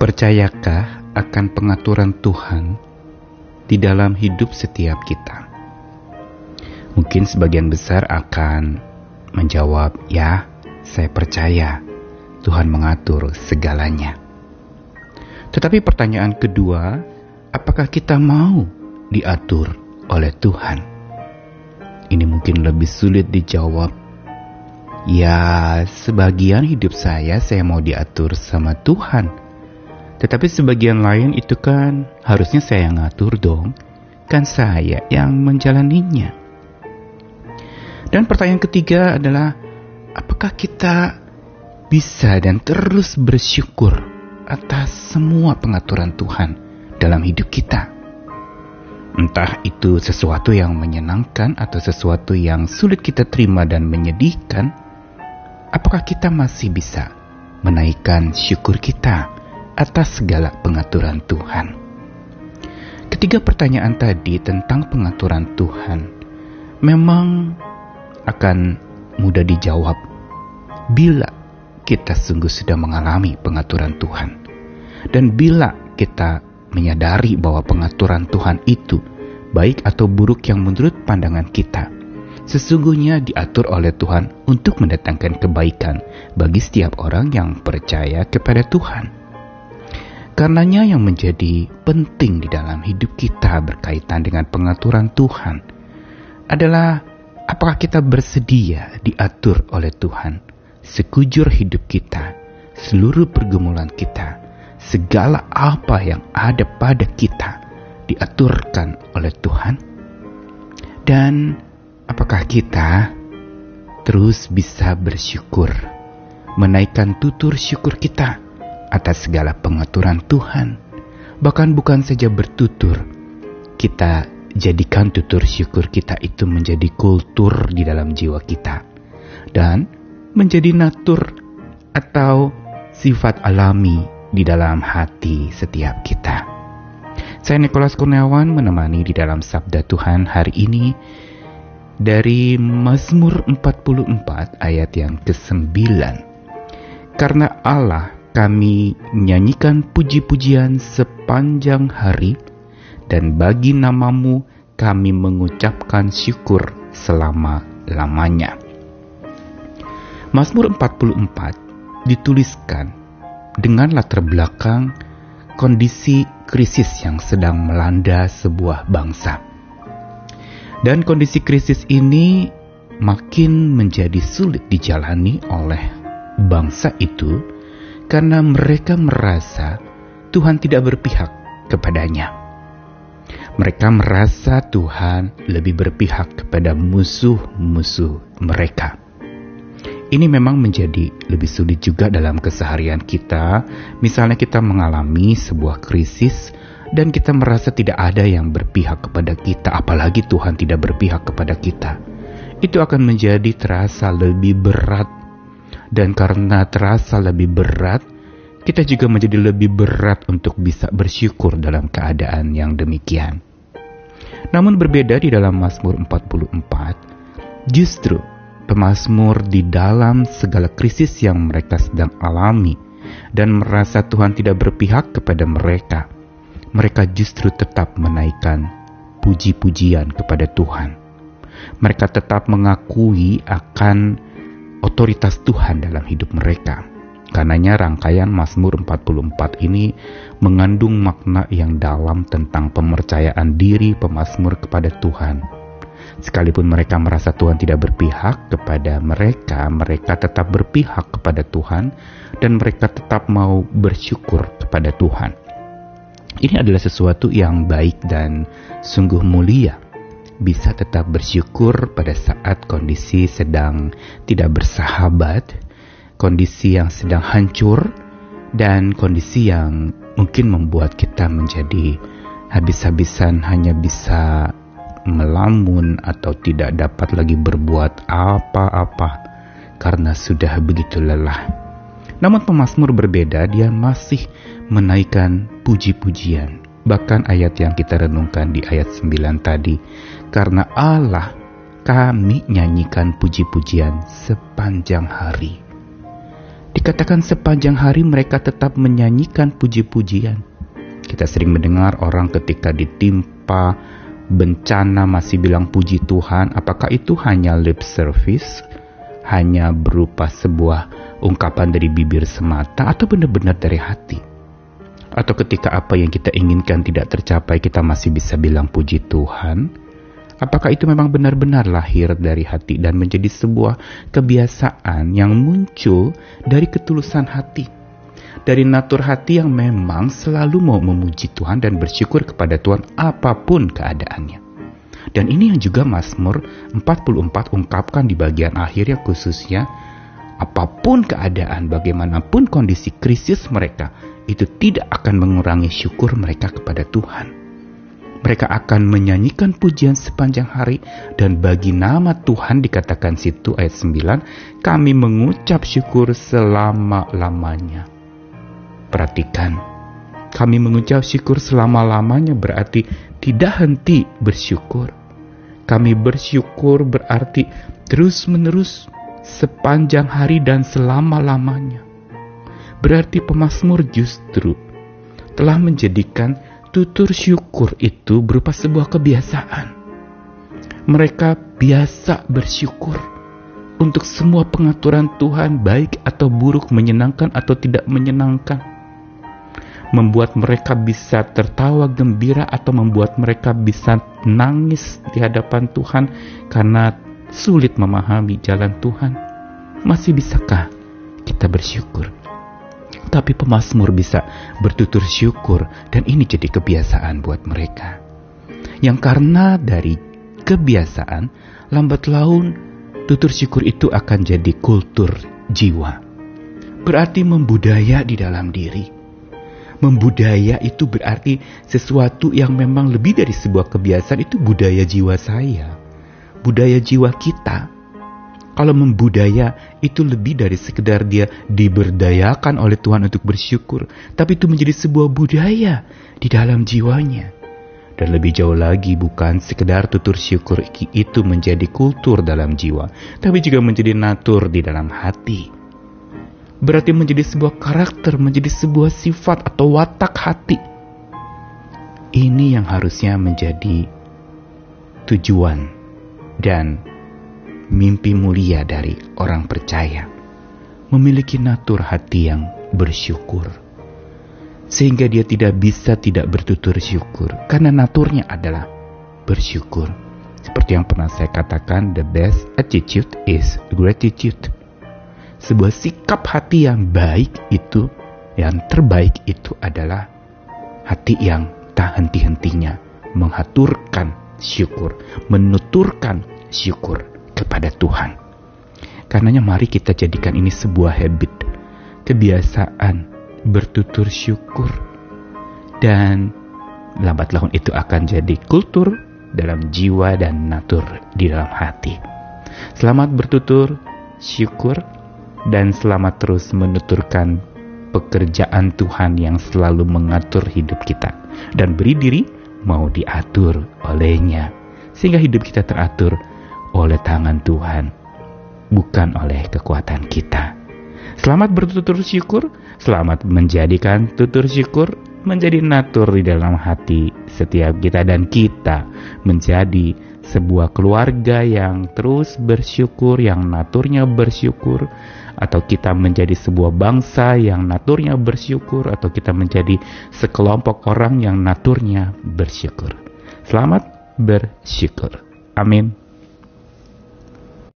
Percayakah akan pengaturan Tuhan di dalam hidup setiap kita? Mungkin sebagian besar akan menjawab, ya, saya percaya Tuhan mengatur segalanya. Tetapi pertanyaan kedua, apakah kita mau diatur oleh Tuhan? Ini mungkin lebih sulit dijawab. Ya, sebagian hidup saya mau diatur sama Tuhan. Tetapi sebagian lain itu kan harusnya saya yang ngatur dong. Kan saya yang menjalaninya. Dan pertanyaan ketiga adalah, apakah kita bisa dan terus bersyukur atas semua pengaturan Tuhan dalam hidup kita? Entah itu sesuatu yang menyenangkan atau sesuatu yang sulit kita terima dan menyedihkan, apakah kita masih bisa menaikkan syukur kita atas segala pengaturan Tuhan? Ketiga pertanyaan tadi tentang pengaturan Tuhan memang akan mudah dijawab bila kita sungguh sudah mengalami pengaturan Tuhan. Dan bila kita menyadari bahwa pengaturan Tuhan itu baik atau buruk yang menurut pandangan kita, sesungguhnya diatur oleh Tuhan untuk mendatangkan kebaikan bagi setiap orang yang percaya kepada Tuhan. Karenanya yang menjadi penting di dalam hidup kita berkaitan dengan pengaturan Tuhan adalah apakah kita bersedia diatur oleh Tuhan sekujur hidup kita, seluruh pergumulan kita, segala apa yang ada pada kita diaturkan oleh Tuhan. Dan apakah kita terus bisa bersyukur, menaikkan tutur syukur kita atas segala pengaturan Tuhan. Bahkan bukan saja bertutur, kita jadikan tutur syukur kita itu menjadi kultur di dalam jiwa kita dan menjadi natur atau sifat alami di dalam hati setiap kita. Saya Nikolas Kurniawan menemani di dalam Sabda Tuhan hari ini dari Mazmur 44 ayat yang ke-9. Karena Allah kami nyanyikan puji-pujian sepanjang hari, dan bagi nama-Mu kami mengucapkan syukur selama-lamanya. Mazmur 44 dituliskan dengan latar belakang kondisi krisis yang sedang melanda sebuah bangsa. Dan kondisi krisis ini makin menjadi sulit dijalani oleh bangsa itu karena mereka merasa Tuhan tidak berpihak kepadanya. Mereka merasa Tuhan lebih berpihak kepada musuh-musuh mereka. Ini memang menjadi lebih sulit juga dalam keseharian kita. Misalnya kita mengalami sebuah krisis dan kita merasa tidak ada yang berpihak kepada kita, apalagi Tuhan tidak berpihak kepada kita. Itu akan menjadi terasa lebih berat. Dan karena terasa lebih berat, kita juga menjadi lebih berat untuk bisa bersyukur dalam keadaan yang demikian. Namun berbeda di dalam Mazmur 44, justru pemazmur di dalam segala krisis yang mereka sedang alami dan merasa Tuhan tidak berpihak kepada mereka, mereka justru tetap menaikkan puji-pujian kepada Tuhan. Mereka tetap mengakui akan otoritas Tuhan dalam hidup mereka. Karenanya rangkaian Mazmur 44 ini mengandung makna yang dalam tentang pemercayaan diri pemazmur kepada Tuhan. Sekalipun mereka merasa Tuhan tidak berpihak kepada mereka, mereka tetap berpihak kepada Tuhan dan mereka tetap mau bersyukur kepada Tuhan. Ini adalah sesuatu yang baik dan sungguh mulia. Bisa tetap bersyukur pada saat kondisi sedang tidak bersahabat, kondisi yang sedang hancur, dan kondisi yang mungkin membuat kita menjadi habis-habisan hanya bisa melamun atau tidak dapat lagi berbuat apa-apa karena sudah begitu lelah. Namun pemazmur berbeda, dia masih menaikkan puji-pujian. Bahkan ayat yang kita renungkan di ayat 9 tadi, karena Allah kami nyanyikan puji-pujian sepanjang hari. Dikatakan sepanjang hari mereka tetap menyanyikan puji-pujian. Kita sering mendengar orang ketika ditimpa bencana masih bilang puji Tuhan. Apakah itu hanya lip service? Hanya berupa sebuah ungkapan dari bibir semata, atau benar-benar dari hati? Atau ketika apa yang kita inginkan tidak tercapai, kita masih bisa bilang puji Tuhan? Apakah itu memang benar-benar lahir dari hati dan menjadi sebuah kebiasaan yang muncul dari ketulusan hati? Dari natur hati yang memang selalu mau memuji Tuhan dan bersyukur kepada Tuhan apapun keadaannya. Dan ini yang juga Mazmur 44 ungkapkan di bagian akhirnya, khususnya apapun keadaan, bagaimanapun kondisi krisis mereka, itu tidak akan mengurangi syukur mereka kepada Tuhan. Mereka akan menyanyikan pujian sepanjang hari, dan bagi nama Tuhan dikatakan situ ayat 9, kami mengucap syukur selama-lamanya. Perhatikan, kami mengucap syukur selama-lamanya berarti tidak henti bersyukur. Kami bersyukur berarti terus-menerus sepanjang hari dan selama-lamanya. Berarti pemazmur justru telah menjadikan tutur syukur itu berupa sebuah kebiasaan. Mereka biasa bersyukur untuk semua pengaturan Tuhan, baik atau buruk, menyenangkan atau tidak menyenangkan. Membuat mereka bisa tertawa gembira atau membuat mereka bisa nangis di hadapan Tuhan karena sulit memahami jalan Tuhan. Masih bisakah kita bersyukur? Tapi pemazmur bisa bertutur syukur, dan ini jadi kebiasaan buat mereka. Yang karena dari kebiasaan, lambat laun tutur syukur itu akan jadi kultur jiwa. Berarti membudaya di dalam diri. Membudaya itu berarti sesuatu yang memang lebih dari sebuah kebiasaan, itu budaya jiwa saya, budaya jiwa kita. Kalau membudaya itu lebih dari sekedar dia diberdayakan oleh Tuhan untuk bersyukur, tapi itu menjadi sebuah budaya di dalam jiwanya. Dan lebih jauh lagi, bukan sekedar tutur syukur itu menjadi kultur dalam jiwa, tapi juga menjadi natur di dalam hati. Berarti menjadi sebuah karakter, menjadi sebuah sifat atau watak hati. Ini yang harusnya menjadi tujuan dan mimpi mulia dari orang percaya. Memiliki natur hati yang bersyukur. Sehingga dia tidak bisa tidak bertutur syukur. Karena naturnya adalah bersyukur. Seperti yang pernah saya katakan, the best attitude is gratitude. Sebuah sikap hati yang baik itu, yang terbaik itu adalah hati yang tak henti-hentinya mengaturkan syukur, menuturkan syukur kepada Tuhan. Karenanya mari kita jadikan ini sebuah habit, kebiasaan bertutur syukur, dan lambat laun itu akan jadi kultur dalam jiwa dan natur di dalam hati. Selamat bertutur syukur, dan selamat terus menuturkan pekerjaan Tuhan yang selalu mengatur hidup kita. Dan beri diri mau diatur olehnya. Sehingga hidup kita teratur oleh tangan Tuhan, bukan oleh kekuatan kita. Selamat bertutur syukur, selamat menjadikan tutur syukur menjadi natur di dalam hati setiap kita. Dan kita menjadi sebuah keluarga yang terus bersyukur, yang naturnya bersyukur. Atau kita menjadi sebuah bangsa yang naturnya bersyukur, atau kita menjadi sekelompok orang yang naturnya bersyukur. Selamat bersyukur. Amin.